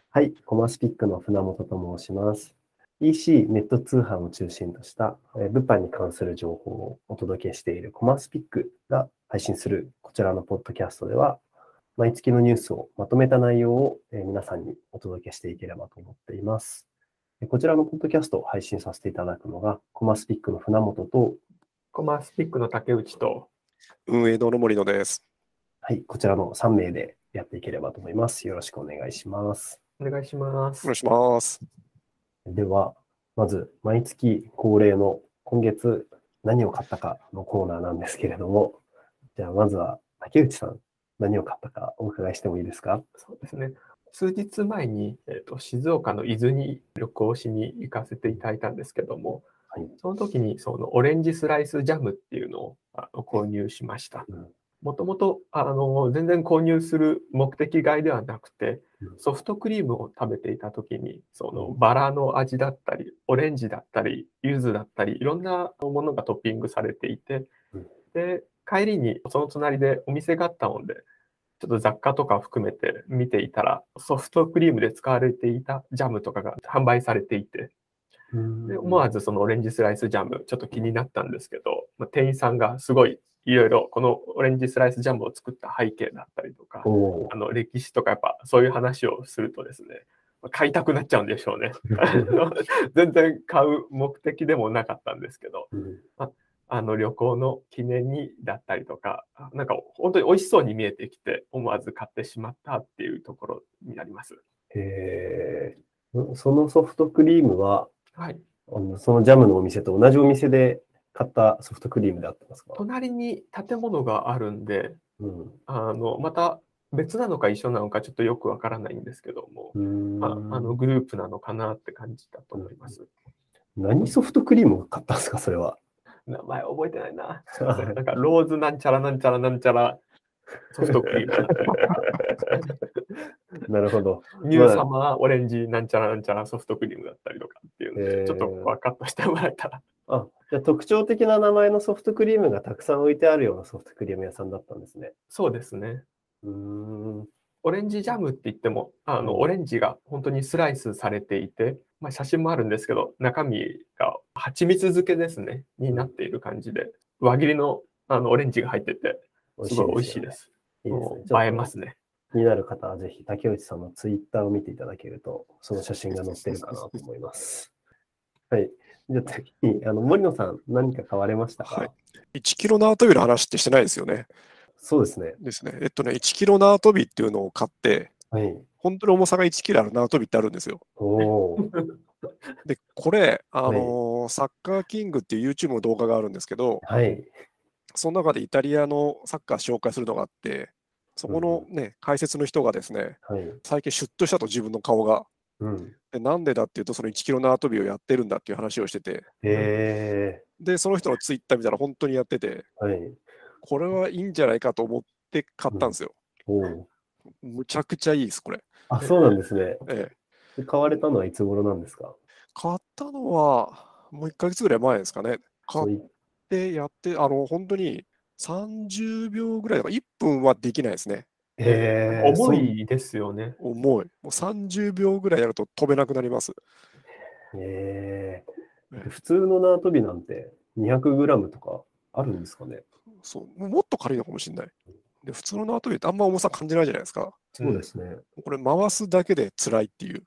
はい、コマスピックの船本と申します。EC、ネット通販を中心とした物販に関する情報をお届けしているコマスピックが配信するこちらのポッドキャストでは、毎月のニュースをまとめた内容を皆さんにお届けしていければと思っています。こちらのポッドキャストを配信させていただくのが、コマスピックの船本と、 コマスピックの竹内と、 運営堂の森野です。 はい、こちらの3名でやっていければと思います。よろしくお願いします。 お願いします。 お願いします。 では、まず、毎月恒例の今月何を買ったかのコーナーなんですけれども、じゃあまずは竹内さん、何を買ったかお伺いしてもいいですか？ そうですね。数日前に、静岡の伊豆に旅行しに行かせていただいたんですけども、 はい。 その時にそのオレンジスライスジャムっていうのを購入しました。もともと全然購入する目的外ではなくて、ソフトクリームを食べていた時に、そのバラの味だったり、オレンジだったり、柚子だったり、いろんなものがトッピングされていて、で、帰りにその隣でお店があったので、ちょっと雑貨とか含めて見ていたら、ソフトクリームで使われていたジャムとかが販売されていて、で思わずそのオレンジスライスジャムちょっと気になったんですけど、店員さんがすごいいろいろこのオレンジスライスジャムを作った背景だったりとか、歴史とかやっぱそういう話をするとですね、買いたくなっちゃうんでしょうね。全然買う目的でもなかったんですけど、旅行の記念にだったりとか、なんか本当に美味しそうに見えてきて、思わず買ってしまったっていうところになります。 そのソフトクリームは、 はい、 そのジャムのお店と同じお店で買ったソフトクリームであってますか？ 隣に建物があるんで、また別なのか一緒なのかちょっとよくわからないんですけども、グループなのかなって感じだと思います。 何ソフトクリームを買ったんですか、それは？ 名前覚えてないな。すいません。なんかローズなんちゃらなんちゃらなんちゃらソフトクリームだったりとか。 なるほど。 ニューサマーオレンジなんちゃらなんちゃらソフトクリームだったりとかっていうので、ちょっとカットしてもらえたら。 じゃあ特徴的な名前のソフトクリームがたくさん置いてあるようなソフトクリーム屋さんだったんですね。 そうですね。オレンジジャムって言っても、オレンジが本当にスライスされていて、写真もあるんですけど、中身が蜂蜜漬けですね、になっている感じで、輪切りのオレンジが入ってて、すごい美味しいです。 いいですね。 映えますね。 気になる方はぜひ竹内さんのツイッターを見ていただけると、その写真が載ってるかなと思います。はい。じゃあ次に、森野さん、何か買われましたか？ はい。1キロ縄跳びの話ってしてないですよね。 そうですね。 1キロ縄跳びっていうのを買って、本当に重さが1キロある縄跳びってあるんですよ。で、これ、サッカーキングっていう YouTube の動画があるんですけど、その中でイタリアのサッカー紹介するのがあって、そこのね、解説の人がですね、最近シュッとしたと自分の顔が。でなんでだっていうと、その1キロ縄跳びをやってるんだっていう話をしてて、で、その人のツイッター見たら本当にやってて、これはいいんじゃないかと思って買ったんですよ。むちゃくちゃいいです、これ。 そうなんですね。買われたのはいつ頃なんですか？ 買ったのは、もう1ヶ月ぐらい前ですかね。買ってやって、本当に30秒ぐらいとか、1分はできないですね。 重いですよね。 重い。もう30秒ぐらいやると飛べなくなります。 普通の縄跳びなんて200グラムとかあるんですかね？ そう、もっと軽いのかもしれない。で、普通の縄跳びってあんま重さ感じないじゃないですか。 そうですね。 これ回すだけで辛いっていう。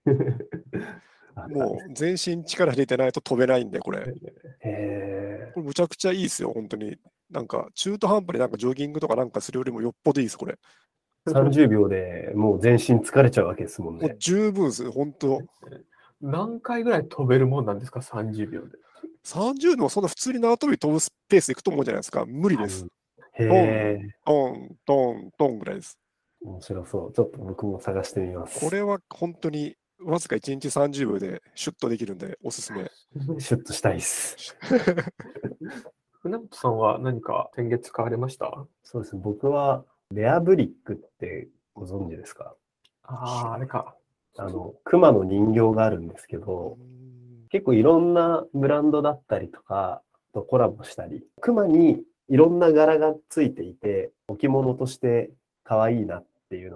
もう全身力入れてないと飛べないんで、これ。これむちゃくちゃいいですよ、本当に。なんか中途半端になんかジョギングとかなんかするよりもよっぽどいいです、これ。 30秒でもう全身疲れちゃうわけですもんね。 もう十分です、本当。 何回ぐらい飛べるもんなんですか、30秒で。 30秒、そんな普通に縄跳び飛ぶペースでいくと思うじゃないですか。無理です。トン、トン、トン、トンぐらいです。 面白そう。ちょっと僕も探してみます。 これは本当にわずか1日30秒でシュッとできるんでおすすめ。 シュッとしたいです。 船本さんは何か先月買われました？ そうですね。僕はレアブリックってご存知ですか？ あれか。 熊の人形があるんですけど、結構いろんなブランドだったりとかとコラボしたり、熊にいろんな柄がついていて、置物として可愛いなっていうので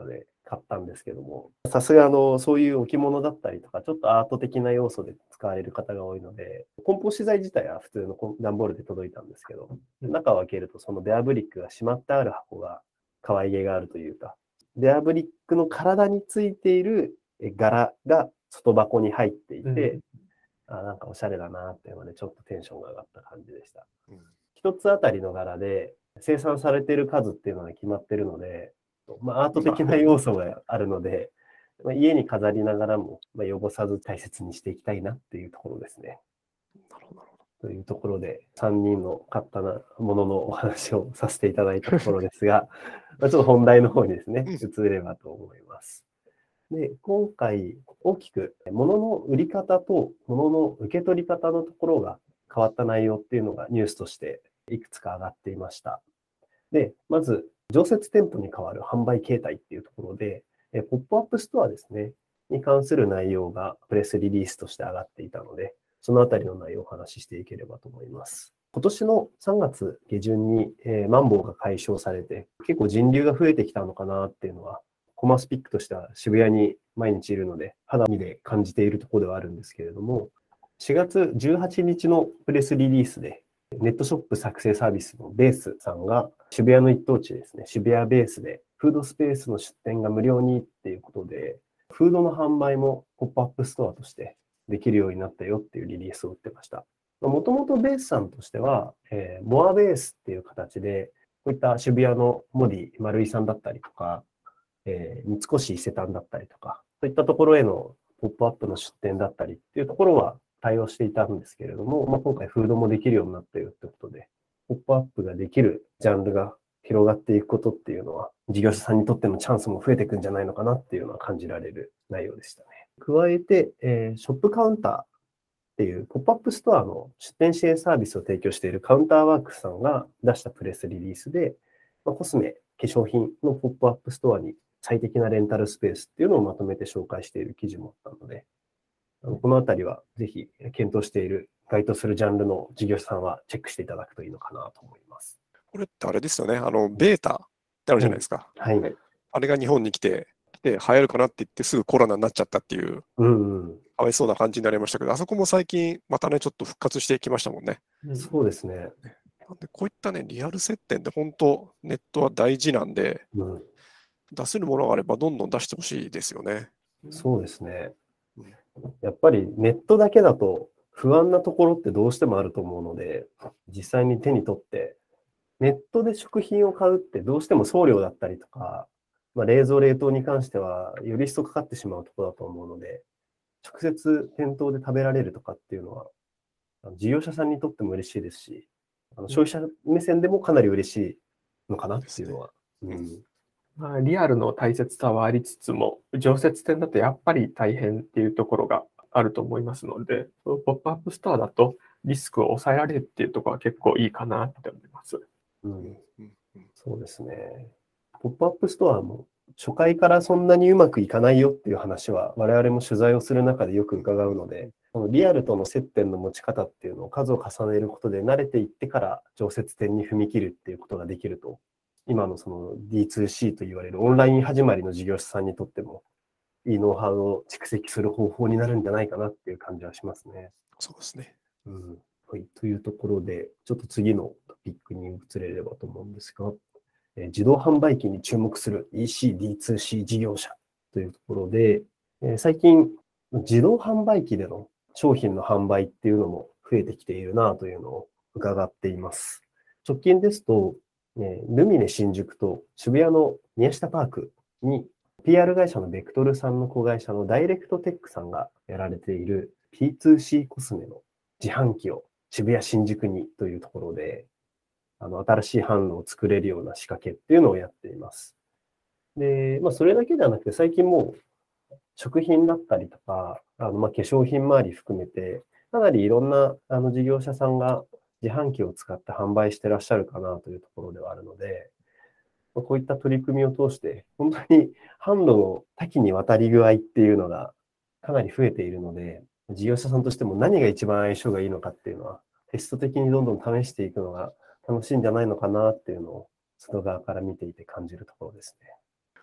買ったんですけども、さすがそういう置物だったりとか、ちょっとアート的な要素で使われる方が多いので、梱包資材自体は普通の段ボールで届いたんですけど、中を開けるとそのベアブリックがしまってある箱が可愛げがあるというか、ベアブリックの体についている柄が外箱に入っていて、なんかおしゃれだなっていうので、ちょっとテンションが上がった感じでした。一つあたりの柄で生産されている数っていうのが決まっているので、アート的な要素があるので、家に飾りながらも汚さず大切にしていきたいなっていうところですね。 なるほど。 というところで、3人の買ったもののお話をさせていただいたところですが、ちょっと本題の方にですね、移ればと思います。で、今回大きく物の売り方と物の受け取り方のところが変わった内容っていうのがニュースとしていくつか上がっていました。で、まず、常設店舗に代わる販売形態っていうところで、ポップアップストアですね、に関する内容がプレスリリースとして上がっていたので、そのあたりの内容をお話ししていければと思います。今年の3月下旬に、マンボウが解消されて、結構人流が増えてきたのかなっていうのは、コマスピックとしては渋谷に毎日いるので、肌身で感じているところではあるんですけれども、4月18日のプレスリリースで、ネットショップ作成サービスのベースさんが渋谷の一等地ですね、渋谷ベースでフードスペースの出店が無料にっていうことで、フードの販売もポップアップストアとしてできるようになったよっていうリリースを打ってました。もともとベースさんとしては、モアベースっていう形で、こういった渋谷のモディ丸井さんだったりとか、三越伊勢丹だったりとか、そういったところへのポップアップの出店だったりっていうところは対応していたんですけれども、今回フードもできるようになったよってことで、ポップアップができるジャンルが広がっていくことっていうのは、事業者さんにとってのチャンスも増えていくんじゃないのかなっていうのは感じられる内容でしたね。加えて、ショップカウンターっていうポップアップストアの出店支援サービスを提供しているカウンターワークスさんが出したプレスリリースで、コスメ、化粧品のポップアップストアに最適なレンタルスペースっていうのをまとめて紹介している記事もあったので、このあたりはぜひ検討している、該当するジャンルの事業者さんはチェックしていただくといいのかなと思います。 これってあれですよね、ベータってあるじゃないですか。 はい。 あれが日本に来て流行るかなって言ってすぐコロナになっちゃったっていう、かわいそうな感じになりましたけど、あそこも最近またね、ちょっと復活してきましたもんね。 そうですね。 なんでこういったね、リアル接点って本当ネットは大事なんで、出せるものがあればどんどん出してほしいですよね。 そうですね。やっぱりネットだけだと不安なところってどうしてもあると思うので、実際に手に取って、ネットで食品を買うってどうしても送料だったりとか、冷蔵冷凍に関してはより一層かかってしまうところだと思うので、直接店頭で食べられるとかっていうのは、事業者さんにとっても嬉しいですし、消費者目線でもかなり嬉しいのかなっていうのは。 リアルの大切さはありつつも、常設店だとやっぱり大変っていうところがあると思いますので、ポップアップストアだとリスクを抑えられるっていうところは結構いいかなって思います。 そうですね。ポップアップストアも初回からそんなにうまくいかないよっていう話は我々も取材をする中でよく伺うので、リアルとの接点の持ち方っていうのを数を重ねることで慣れていってから常設店に踏み切るっていうことができると、今のその D2C と言われるオンライン始まりの事業者さんにとってもいいノウハウを蓄積する方法になるんじゃないかなっていう感じはしますね。 そうですね。 はい、というところで、ちょっと次のトピックに移れればと思うんですが、自動販売機に注目する EC、D2C 事業者というところで、最近、自動販売機での商品の販売っていうのも増えてきているなというのを伺っています。直近ですと、ルミネ新宿と渋谷の宮下パークに PR 会社のベクトルさんの子会社のダイレクトテックさんがやられている P2C コスメの自販機を渋谷新宿にというところで、新しい販路を作れるような仕掛けっていうのをやっています。で、それだけではなくて、最近もう食品だったりとか、化粧品周り含めて、かなりいろんな事業者さんが自販機を使って販売してらっしゃるかなというところではあるので、こういった取り組みを通して、本当に販路の多岐にわたり具合っていうのがかなり増えているので、事業者さんとしても何が一番相性がいいのかっていうのは、テスト的にどんどん試していくのが楽しいんじゃないのかなっていうのを、外側から見ていて感じるところですね。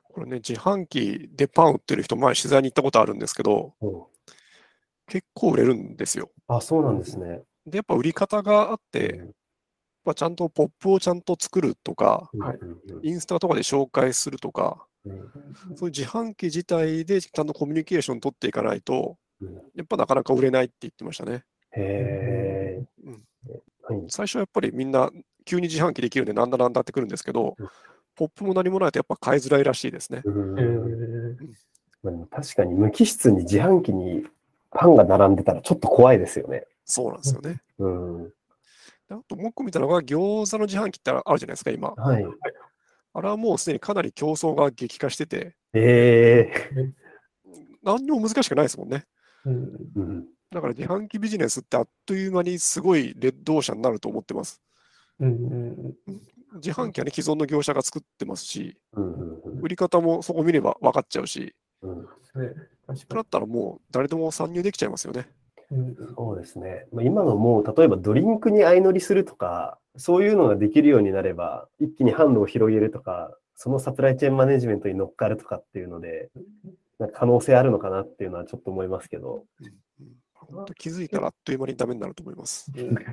これね、自販機でパン売ってる人、前取材に行ったことあるんですけど、結構売れるんですよ。 あ、そうなんですね。 で、やっぱ売り方があって、ちゃんとポップをちゃんと作るとか、インスタとかで紹介するとか、そういう自販機自体でちゃんとコミュニケーション取っていかないと、やっぱなかなか売れないって言ってましたね。 へ最初はやっぱりみんな急に自販機できるんでなんだなんだってくるんですけど、ポップも何もないとやっぱ買いづらいらしいですね。 確かに無機質に自販機にパンが並んでたらちょっと怖いですよね。 そうなんですよね。あともう一個見たのが餃子の自販機ってあるじゃないですか、今。 はい。 あれはもうすでにかなり競争が激化してて、何にも難しくないですもんね。だから自販機ビジネスってあっという間にすごいレッドオーシャンになると思ってます。自販機はね、既存の業者が作ってますし、売り方もそこ見れば分かっちゃうし、だったらもう誰でも参入できちゃいますよね。 そうですね。今のもう、例えばドリンクに相乗りするとか、そういうのができるようになれば、一気に販路を広げるとか、そのサプライチェーンマネジメントに乗っかるとかっていうので、可能性あるのかなっていうのはちょっと思いますけど。 本当気づいたらあっという間にダメになると思います。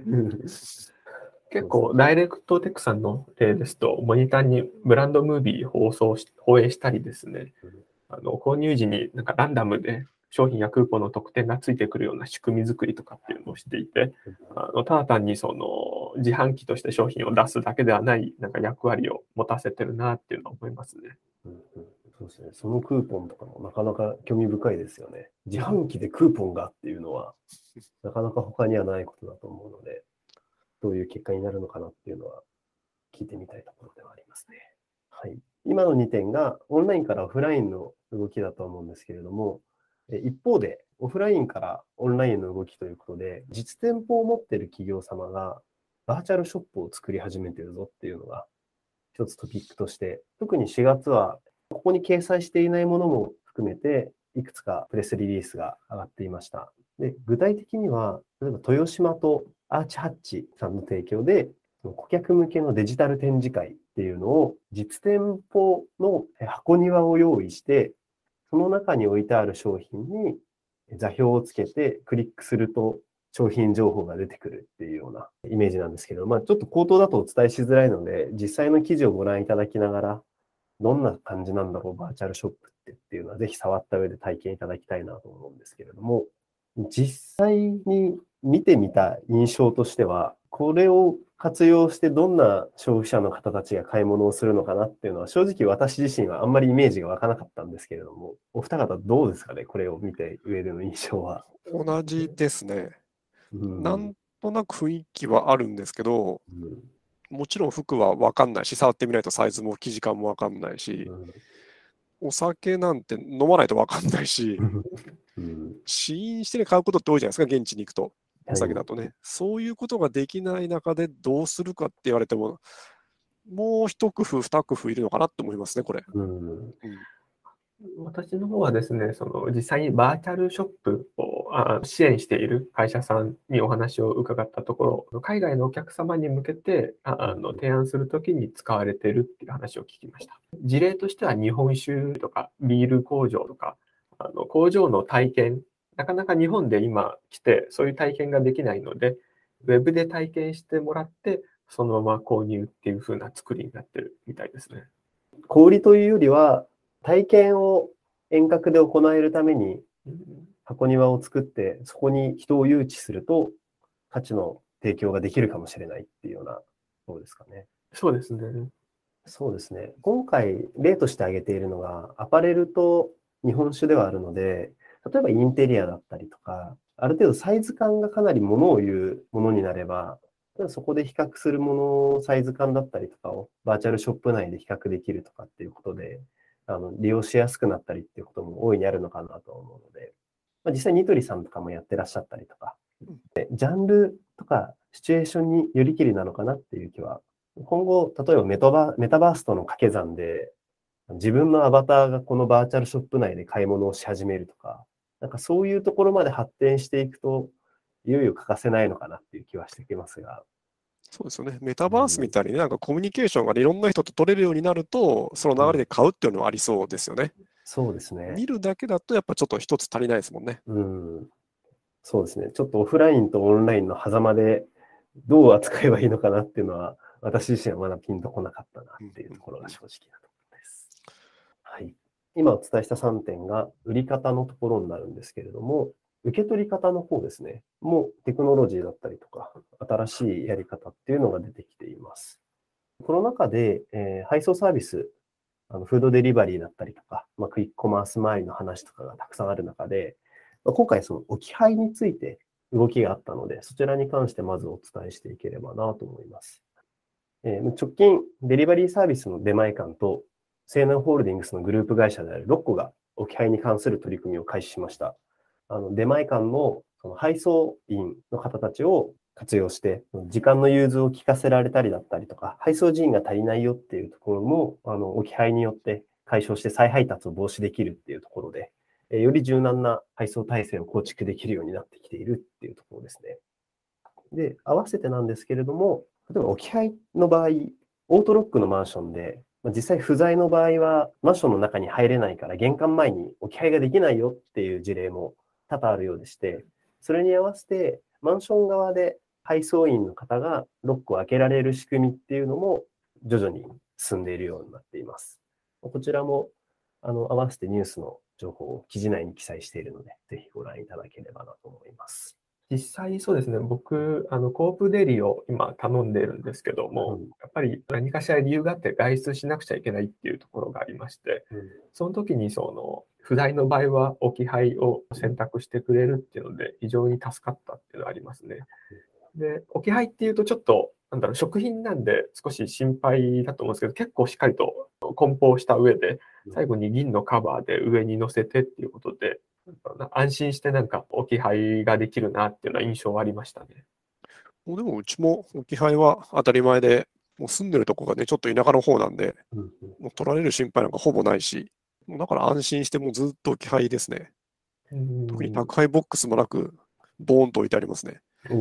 結構、ダイレクトテックさんの例ですと、モニターにブランドムービー放映したりですね、購入時になんかランダムで商品やクーポンの特典がついてくるような仕組み作りとかっていうのをしていて、ただ単にその自販機として商品を出すだけではないなんか役割を持たせてるなっていうのは思いますね。 そうですね。そのクーポンとかもなかなか興味深いですよね。自販機でクーポンがっていうのは、なかなか他にはないことだと思うので、どういう結果になるのかなっていうのは聞いてみたいところではありますね。はい。今の2点がオンラインからオフラインの動きだと思うんですけれども、一方でオフラインからオンラインの動きということで、実店舗を持っている企業様がバーチャルショップを作り始めているぞっていうのが一つトピックとして、特に4月はここに掲載していないものも含めて、いくつかプレスリリースが上がっていました。で、具体的には、例えば豊島とアーチハッチさんの提供で、顧客向けのデジタル展示会っていうのを実店舗の箱庭を用意して、その中に置いてある商品に座標をつけてクリックすると商品情報が出てくるっていうようなイメージなんですけど、ちょっと口頭だとお伝えしづらいので、実際の記事をご覧いただきながら、どんな感じなんだろう、バーチャルショップっていうのは、ぜひ触った上で体験いただきたいなと思うんですけれども、実際に見てみた印象としては、これを活用してどんな消費者の方たちが買い物をするのかなっていうのは、正直私自身はあんまりイメージが湧かなかったんですけれども、お二方どうですかね、これを見て上での印象は。 同じですね。なんとなく雰囲気はあるんですけど、もちろん服は分かんないし、触ってみないとサイズも生地感も分かんないし、お酒なんて飲まないと分かんないし、試飲して買うことって多いじゃないですか、現地に行くと。お酒だとね。そういうことができない中でどうするかって言われても、もう一工夫、二工夫いるのかなって思いますね、これ。 私の方はですね、実際にバーチャルショップを支援している会社さんにお話を伺ったところ、海外のお客様に向けて提案するときに使われているっていう話を聞きました。事例としては日本酒とかビール工場とか、工場の体験、なかなか日本で今来てそういう体験ができないので、ウェブで体験してもらって、そのまま購入っていう風な作りになってるみたいですね。 小売りというよりは、体験を遠隔で行えるために、箱庭を作って、そこに人を誘致すると、価値の提供ができるかもしれないっていうような、そうですかね。 そうですね。 そうですね。今回、例として挙げているのが、アパレルと日本酒ではあるので、例えばインテリアだったりとか、ある程度サイズ感がかなりものを言うものになれば、そこで比較するもの、サイズ感だったりとかをバーチャルショップ内で比較できるとかっていうことで、利用しやすくなったりっていうことも大いにあるのかなと思うので、実際ニトリさんとかもやってらっしゃったりとか、ジャンルとかシチュエーションによりきりなのかなっていう気は、今後、例えばメタバースとの掛け算で、自分のアバターがこのバーチャルショップ内で買い物をし始めるとか、なんかそういうところまで発展していくと、いよいよ欠かせないのかなっていう気はしてきますが。 そうですよね。メタバースみたいになんかコミュニケーションがいろんな人と取れるようになると、その流れで買うっていうのはありそうですよね。 そうですね。 見るだけだとやっぱちょっと一つ足りないですもんね。 そうですね。ちょっとオフラインとオンラインの狭間でどう扱えばいいのかなっていうのは、私自身はまだピンとこなかったなっていうところが正直なところです。はい。今お伝えした3点が売り方のところになるんですけれども、受け取り方の方ですね、もうテクノロジーだったりとか、新しいやり方っていうのが出てきています。この中で、配送サービス、フードデリバリーだったりとか、クイックコマース周りの話とかがたくさんある中で、今回その置き配について動きがあったので、そちらに関してまずお伝えしていければなと思います。直近、デリバリーサービスの出前館と、西南ホールディングスのグループ会社であるロッコが置き配に関する取り組みを開始しました。出前館のその配送員の方たちを活用して、時間の融通を聞かせられたりだったりとか、配送人員が足りないよっていうところも、置き配によって解消して再配達を防止できるっていうところで、より柔軟な配送体制を構築できるようになってきているっていうところですね。で、合わせてなんですけれども、例えば置き配の場合、オートロックのマンションで、実際不在の場合はマンションの中に入れないから玄関前に置き配ができないよっていう事例も多々あるようでして、それに合わせてマンション側で配送員の方がロックを開けられる仕組みっていうのも徐々に進んでいるようになっています。こちらも合わせてニュースの情報を記事内に記載しているので、ぜひご覧いただければなと思います。 実際そうですね、僕、コープデリを今頼んでいるんですけども、やっぱり何かしら理由があって外出しなくちゃいけないっていうところがありまして、その時に不在の場合は置き配を選択してくれるっていうので、非常に助かったっていうのがありますね。で、置き配っていうとちょっと、食品なんで少し心配だと思うんですけど、結構しっかりと梱包した上で、最後に銀のカバーで上に乗せてっていうことで、安心して置き配ができるなっていうような印象はありましたね。 でもうちも置き配は当たり前で、もう住んでるとこがね、ちょっと田舎の方なんで、もう取られる心配なんかほぼないし、もうだから安心してもうずっと置き配ですね。特に宅配ボックスもなく、ボーンと置いてありますね。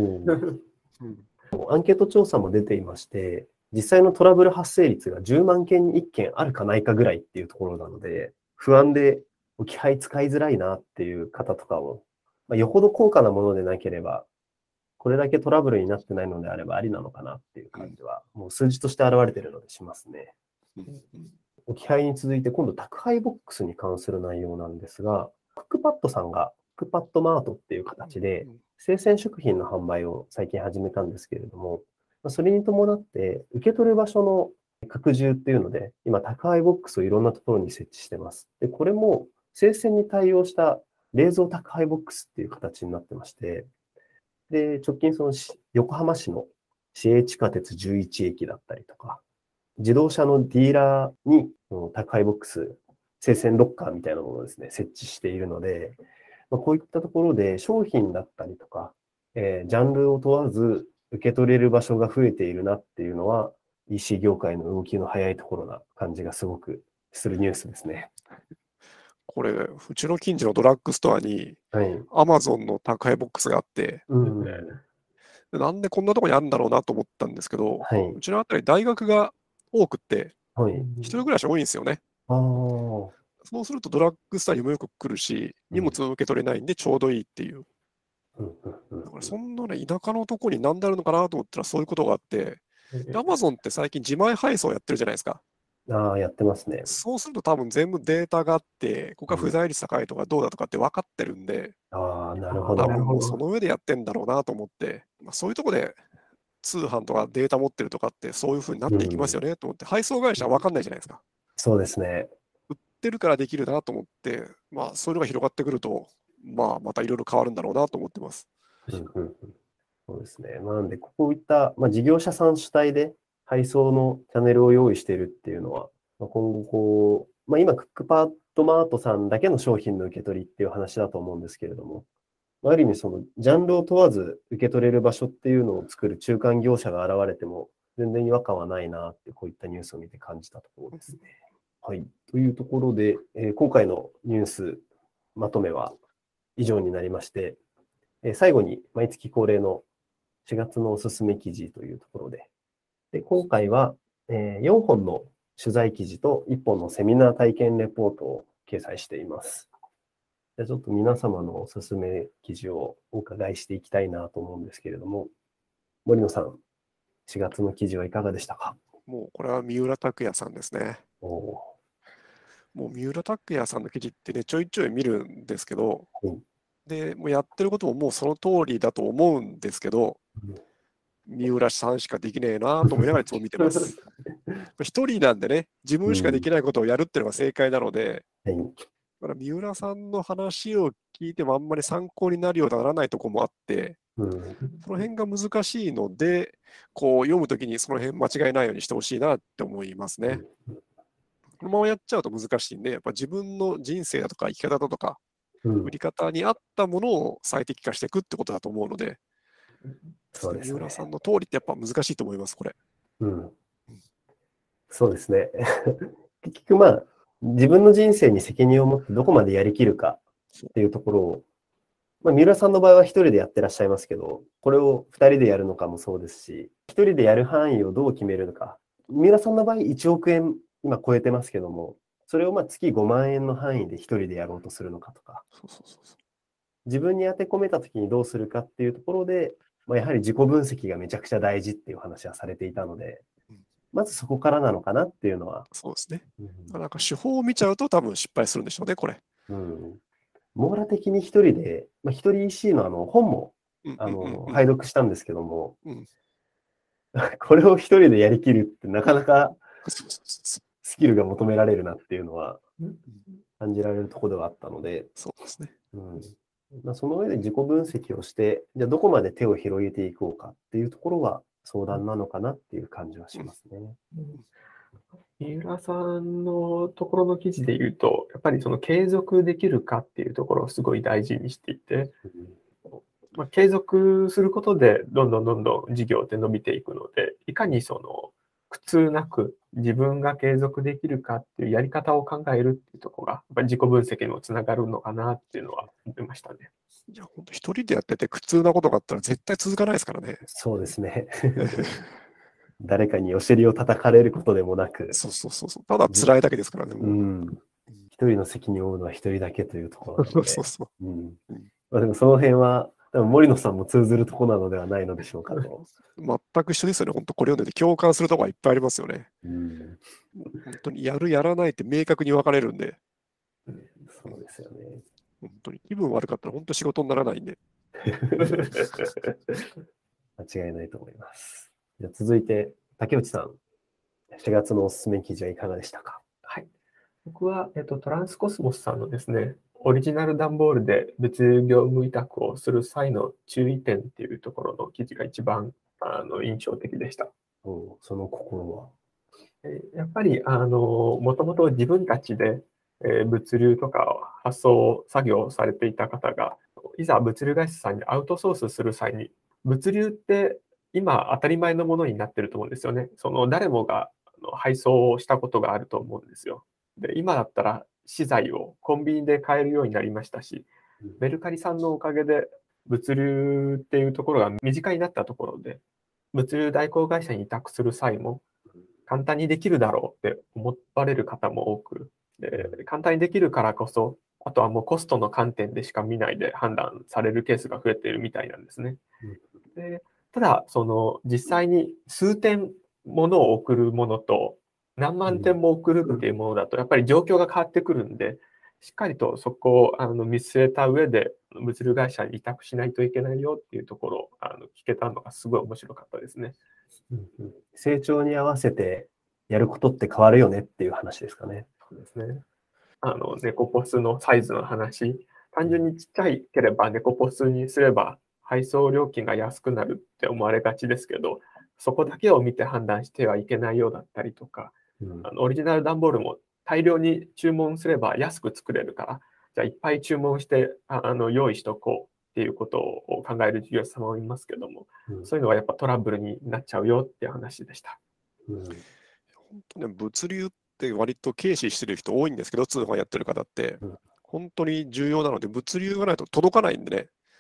アンケート調査も出ていまして、実際のトラブル発生率が10万件に1件あるかないかぐらいっていうところなので、不安で置き配使いづらいなっていう方とかを、よほど高価なものでなければ、これだけトラブルになってないのであればありなのかなっていう感じは、もう数字として現れているのでしますね。置き配に続いて今度宅配ボックスに関する内容なんですが、クックパッドさんがクックパッドマートっていう形で生鮮食品の販売を最近始めたんですけれども、それに伴って受け取る場所の拡充っていうので、今宅配ボックスをいろんなところに設置してます。で、これも生鮮に対応した冷蔵宅配ボックスっていう形になってまして、で、直近横浜市の市営地下鉄11駅だったりとか、自動車のディーラーに宅配ボックス、生鮮ロッカーみたいなものをですね、設置しているので、こういったところで商品だったりとか、ジャンルを問わず受け取れる場所が増えているなっていうのは、EC 業界の動きの早いところな感じがすごくするニュースですね。 これ、うちの近所のドラッグストアに、アマゾンの宅配ボックスがあって、なんでこんなとこにあるんだろうなと思ったんですけど、うちのあたり大学が多くって、一人暮らし多いんですよね。そうするとドラッグストアにもよく来るし、荷物を受け取れないんでちょうどいいっていう。だからそんなね、田舎のとこに何であるのかなと思ったらそういうことがあって、アマゾンって最近自前配送やってるじゃないですか。 やってますね。 そうすると多分全部データがあって、ここが不在率高いとかどうだとかって分かってるんで、 なるほど。 多分もうその上でやってんだろうなと思って、そういうとこで通販とかデータ持ってるとかってそういう風になっていきますよねと思って、配送会社は分かんないじゃないですか。 そうですね。 売ってるからできるなと思って、そういうのが広がってくると、またいろいろ変わるんだろうなと思ってます。 そうですね。なんで、こういった、事業者さん主体で配送のチャンネルを用意しているっていうのは、今後今、クックパッドマートさんだけの商品の受け取りっていう話だと思うんですけれども、ある意味ジャンルを問わず受け取れる場所っていうのを作る中間業者が現れても、全然違和感はないなって、こういったニュースを見て感じたところですね。はい。というところで、今回のニュースまとめは以上になりまして、最後に毎月恒例の 4月のおすすめ記事というところで、今回は、4本の取材記事と1本のセミナー体験レポートを掲載しています。じゃあちょっと皆様のおすすめ記事をお伺いしていきたいなと思うんですけれども、森野さん、4月の記事はいかがでしたか？ もうこれは三浦拓也さんですね。 おもう三浦拓也さんの記事ってね、ちょいちょい見るんですけど、 うんで、もうやってることももうその通りだと思うんですけど、三浦さんしかできねえなと思いながらいつも見てます。一人なんでね、自分しかできないことをやるっていうのが正解なので、 はいだから三浦さんの話を聞いてもあんまり参考になるようなならないところもあって、 うんその辺が難しいので、こう読むときにその辺間違いないようにしてほしいなって思いますね。このままやっちゃうと難しいんで、やっぱ自分の人生だとか生き方だとか、 うん売り方に合ったものを最適化していくってことだと思うので、 そうですね。 三浦さんの通りってやっぱ難しいと思います、これ。 うんそうですね。結局まあ、自分の人生に責任を持ってどこまでやりきるかっていうところを、まあ、三浦さんの場合は一人でやってらっしゃいますけど、これを二人でやるのかもそうですし、一人でやる範囲をどう決めるのか。三浦さんの場合1億円今超えてますけども、それをまあ月5万円の範囲で一人でやろうとするのかとか、自分に当て込めた時にどうするかっていうところで、まあ、やはり自己分析がめちゃくちゃ大事っていう話はされていたので、まずそこからなのかなっていうのは。 そうですね。なんか手法を見ちゃうと多分失敗するんでしょうね、これ。 網羅的に一人で、まあ、一人 EC の本も拝読したんですけども、これを一人でやりきるってなかなかスキルが求められるなっていうのは感じられるところではあったので、 そうですね。 まあ、その上で自己分析をして、じゃあどこまで手を広げていこうかっていうところは相談なのかなっていう感じはしますね。 三浦さんのところの記事で言うと、やっぱりその継続できるかっていうところをすごい大事にしていて、まあ、継続することでどんどん事業って伸びていくので、いかにその苦痛なく自分が継続できるかっていうやり方を考えるっていうところが、やっぱり自己分析にもつながるのかなっていうのは思いましたね。 いや、本当一人でやってて苦痛なことがあったら絶対続かないですからね。 そうですね。誰かにお尻を叩かれることでもなく。 そう。ただ辛いだけですからね。 一人の責任を負うのは一人だけというところなので。 まあでもその辺は、森野さんも通ずるところなのではないのでしょうかと。 全く一緒ですよね。本当これ読んでて共感するところがいっぱいありますよね。本当にやる、やらないって明確に分かれるんで。 そうですよね。 本当に気分悪かったら本当仕事にならないんで。 間違いないと思います。じゃあ続いて、竹内さん、4月のおすすめ記事はいかがでしたか？ はい。僕は、トランスコスモスさんのですね、オリジナル段ボールで物流業務委託をする際の注意点っていうところの記事が一番印象的でした。 その心は？ やっぱりもともと自分たちで物流とか発送作業をされていた方が、いざ物流会社さんにアウトソースする際に、物流って今当たり前のものになってると思うんですよね。その誰もが配送をしたことがあると思うんですよ。で、今だったら資材をコンビニで買えるようになりましたし、メルカリさんのおかげで物流っていうところが身近になったところで、物流代行会社に委託する際も簡単にできるだろうって思われる方も多く、で簡単にできるからこそ、あとはもうコストの観点でしか見ないで判断されるケースが増えているみたいなんですね。でただ、その実際に数点ものを送るものと何万点も送るっていうものだと、やっぱり状況が変わってくるんで、しっかりとそこを見据えた上で、物流会社に委託しないといけないよっていうところを聞けたのがすごい面白かったですね。 成長に合わせてやることって変わるよねっていう話ですかね。 そうですね。ネコポスのサイズの話、単純にちっちゃいければネコポスにすれば配送料金が安くなるって思われがちですけど、そこだけを見て判断してはいけないようだったりとか、オリジナル段ボールも大量に注文すれば安く作れるから、じゃあいっぱい注文して用意しとこうっていうことを考える事業者様もいますけども、そういうのはやっぱトラブルになっちゃうよっていう話でした。 本当ね、物流って割と軽視してる人多いんですけど、通販やってる方って、本当に重要なので、物流がないと届かないんでね。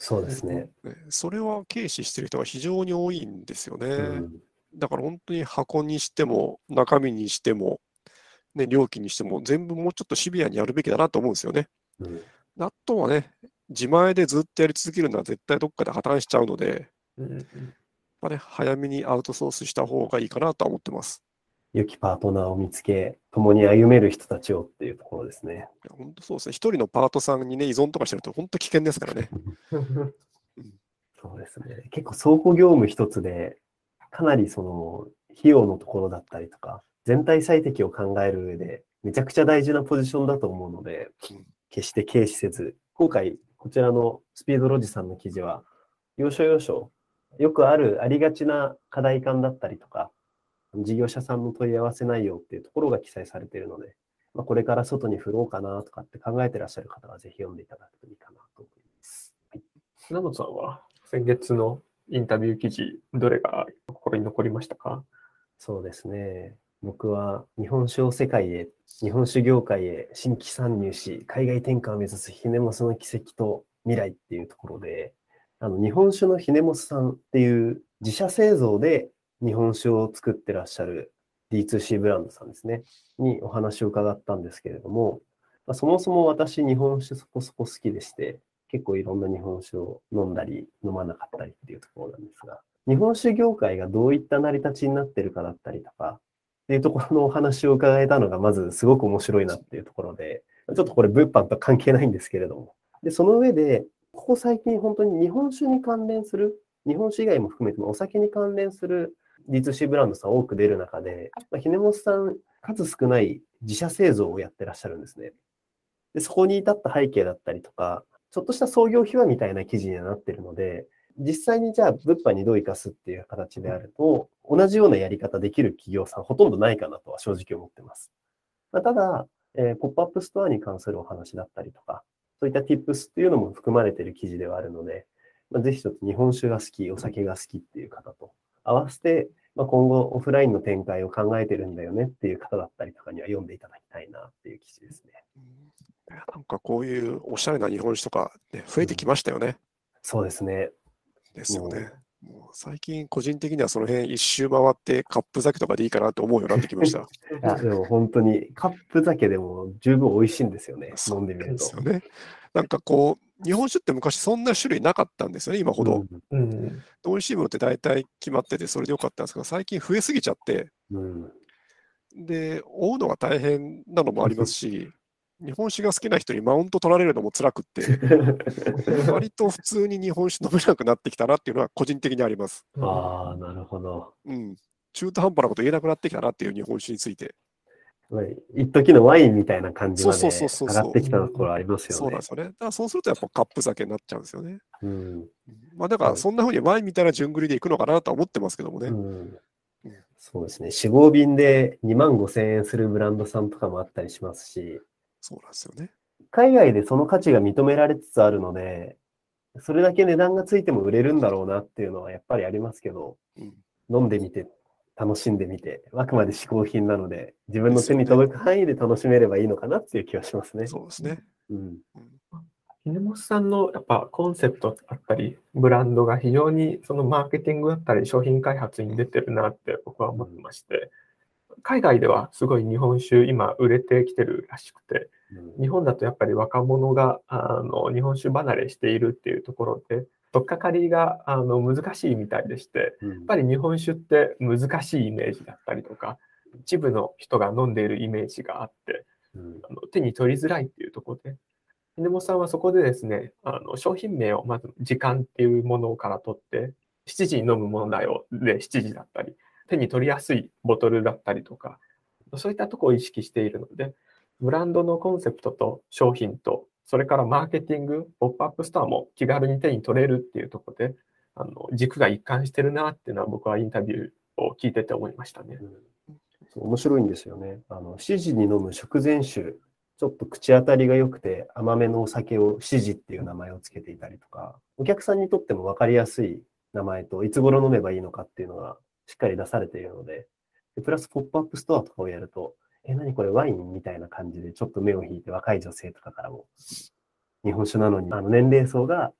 そうですね。 それは軽視してる人が非常に多いんですよね。 うん、 だから本当に箱にしても、中身にしても、ね、料金にしても、全部もうちょっとシビアにやるべきだなと思うんですよね。 うん、 あとはね、自前でずっとやり続けるのは絶対どっかで破綻しちゃうので、早めにアウトソースした方がいいかなとは思ってます。 良きパートナーを見つけ、共に歩める人たちをっていうところですね。 本当そうですね。一人のパートさんにね、依存とかしてると本当危険ですからね。 そうですね。結構倉庫業務一つで、かなりその費用のところだったりとか、全体最適を考える上で、めちゃくちゃ大事なポジションだと思うので、決して軽視せず、今回こちらのスピードロジさんの記事は、要所要所、よくありがちな課題感だったりとか、事業者さんの問い合わせ内容っていうところが記載されているので、これから外に振ろうかなとかって考えてらっしゃる方はぜひ読んでいただくといいかなと思います。はい、 船本さんは先月のインタビュー記事、どれが心に残りましたか？ そうですね。僕は日本酒を世界へ、日本酒業界へ新規参入し、海外転換を目指すヒネモスの奇跡と未来っていうところで、日本酒のヒネモスさんっていう自社製造で日本酒を作ってらっしゃる D2C ブランドさんですね、にお話を伺ったんですけれども、そもそも私日本酒そこそこ好きでして、結構いろんな日本酒を飲んだり飲まなかったりっていうところなんですが、日本酒業界がどういった成り立ちになってるかだったりとか、っていうところのお話を伺えたのが、まずすごく面白いなっていうところで、ちょっとこれ物販と関係ないんですけれども。で、その上で、ここ最近本当に日本酒に関連する、日本酒以外も含めてもお酒に関連する D2C ブランドさん多く出る中で、ひねもすさん、数少ない自社製造をやってらっしゃるんですね。で、そこに至った背景だったりとか、ちょっとした創業秘話みたいな記事にはなっているので、実際にじゃあ物販にどう生かすっていう形であると、同じようなやり方できる企業さんほとんどないかなとは正直思ってます。ただ、ポップアップストアに関するお話だったりとか、そういった tips っていうのも含まれている記事ではあるので、ぜひ一つ日本酒が好き、お酒が好きっていう方と合わせて、今後オフラインの展開を考えてるんだよねっていう方だったりとかには読んでいただきたいなっていう記事ですね。 なんかこういうおしゃれな日本酒とか、ね、増えてきましたよね。 そうですね。 ですよね。もう最近個人的にはその辺一周回ってカップ酒とかでいいかなと思うようになってきました。 でも本当にカップ酒でも十分美味しいんですよね。飲んでみると。 ですよね。なんかこう、日本酒って昔そんな種類なかったんですよね、今ほど。美味しいものって大体決まっててそれでよかったんですけど、最近増えすぎちゃって、で、追うのが大変なのもありますし、日本酒が好きな人にマウント取られるのも辛くって、割と普通に日本酒飲めなくなってきたなっていうのは個人的にあります。 ああ、なるほど。 中途半端なこと言えなくなってきたなっていう日本酒について。 一時のワインみたいな感じまで上上がってきたところありますよね。 そうなんですよね。だからそうするとやっぱカップ酒になっちゃうんですよね。だからそんな風にワインみたいな順繰りでいくのかなとは思ってますけどもね。 そうですね。4、5瓶で25,000円するブランドさんとかもあったりしますし。 そうなんですよね。 海外でその価値が認められつつあるので、それだけ値段がついても売れるんだろうなっていうのはやっぱりありますけど、飲んでみて、楽しんでみて、あくまで嗜好品なので、自分の手に届く範囲で楽しめればいいのかなっていう気はしますね。 そうですね。 ひねもすさんのやっぱコンセプトだったり、ブランドが非常にそのマーケティングだったり、商品開発に出てるなって僕は思ってまして、海外ではすごい日本酒今売れてきてるらしくて、日本だとやっぱり若者が日本酒離れしているっていうところで、取っかかりが難しいみたいでして、やっぱり日本酒って難しいイメージだったりとか、一部の人が飲んでいるイメージがあって、手に取りづらいっていうところで、ひねもさんはそこでですね、商品名をまず時間っていうものから取って、7時に飲むものだよで7時だったり、手に取りやすいボトルだったりとか、そういったところを意識しているので、ブランドのコンセプトと商品と、それからマーケティング、ポップアップストアも気軽に手に取れるっていうところで、軸が一貫してるなっていうのは僕はインタビューを聞いてて思いましたね。 面白いんですよね。7時に飲む食前酒、ちょっと口当たりが良くて甘めのお酒を7時っていう名前をつけていたりとか、お客さんにとっても分かりやすい名前といつ頃飲めばいいのかっていうのがしっかり出されているので、プラスポップアップストアとかをやると、何これワインみたいな感じでちょっと目を引いて若い女性とかからも、日本酒なのに年齢層が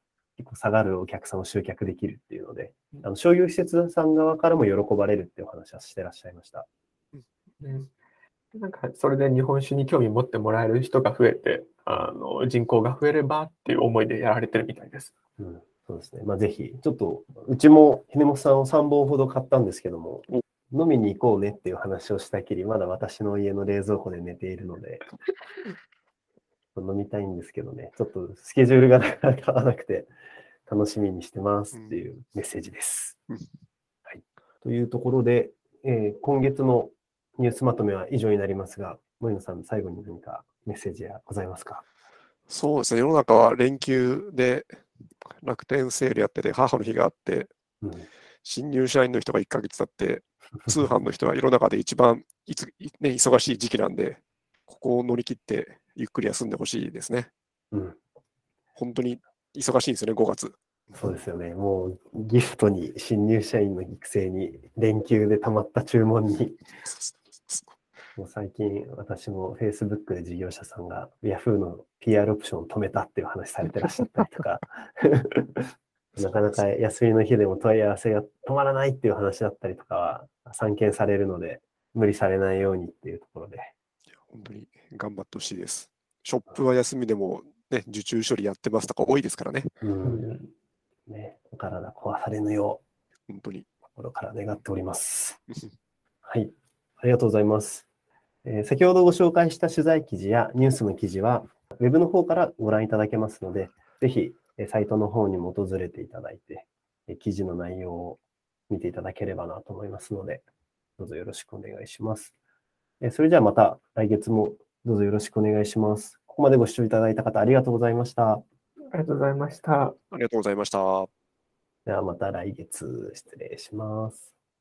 結構下がるお客さんを集客できるっていうので、商業施設さん側からも喜ばれるっていうお話はしてらっしゃいました。 なんかそれで日本酒に興味持ってもらえる人が増えて、人口が増えればっていう思いでやられてるみたいです。 そうですね。ぜひ、ちょっと、うちもひねもさんを3本ほど買ったんですけども、飲みに行こうねっていう話をしたきり、まだ私の家の冷蔵庫で寝ているので、飲みたいんですけどね、ちょっとスケジュールがなかなか合わなくて、楽しみにしてますっていうメッセージです。はい、というところで、今月のニュースまとめは以上になりますが、森野さん、最後に何かメッセージはございますか？ そうですね、世の中は連休で楽天セールやってて、母の日があって、新入社員の人が1ヶ月経って、通販の人は世の中で一番忙しい時期なんで、ここを乗り切ってゆっくり休んでほしいですね。本当に忙しいんですよね、5月。 そうですよね。もうギフトに新入社員の育成に連休で溜まった注文にもう最近私も Facebook で事業者さんが Yahoo の PR オプションを止めたっていう話されてらっしゃったりとかなかなか休みの日でも問い合わせが止まらないっていう話だったりとかは散見されるので無理されないようにっていうところで。 いや本当に頑張ってほしいです。ショップは休みでもね、受注処理やってますとか多いですからね。 ね、お体壊されぬよう、本当に心から願っております。はい、ありがとうございます。先ほどご紹介した取材記事やニュースの記事は、ウェブの方からご覧いただけますので、ぜひサイトの方にも訪れていただいて、記事の内容を見ていただければなと思いますので、どうぞよろしくお願いします。それじゃあまた来月もどうぞよろしくお願いします。ここまでご視聴いただいた方ありがとうございました。 ありがとうございました。 ありがとうございました。 ではまた来月失礼します。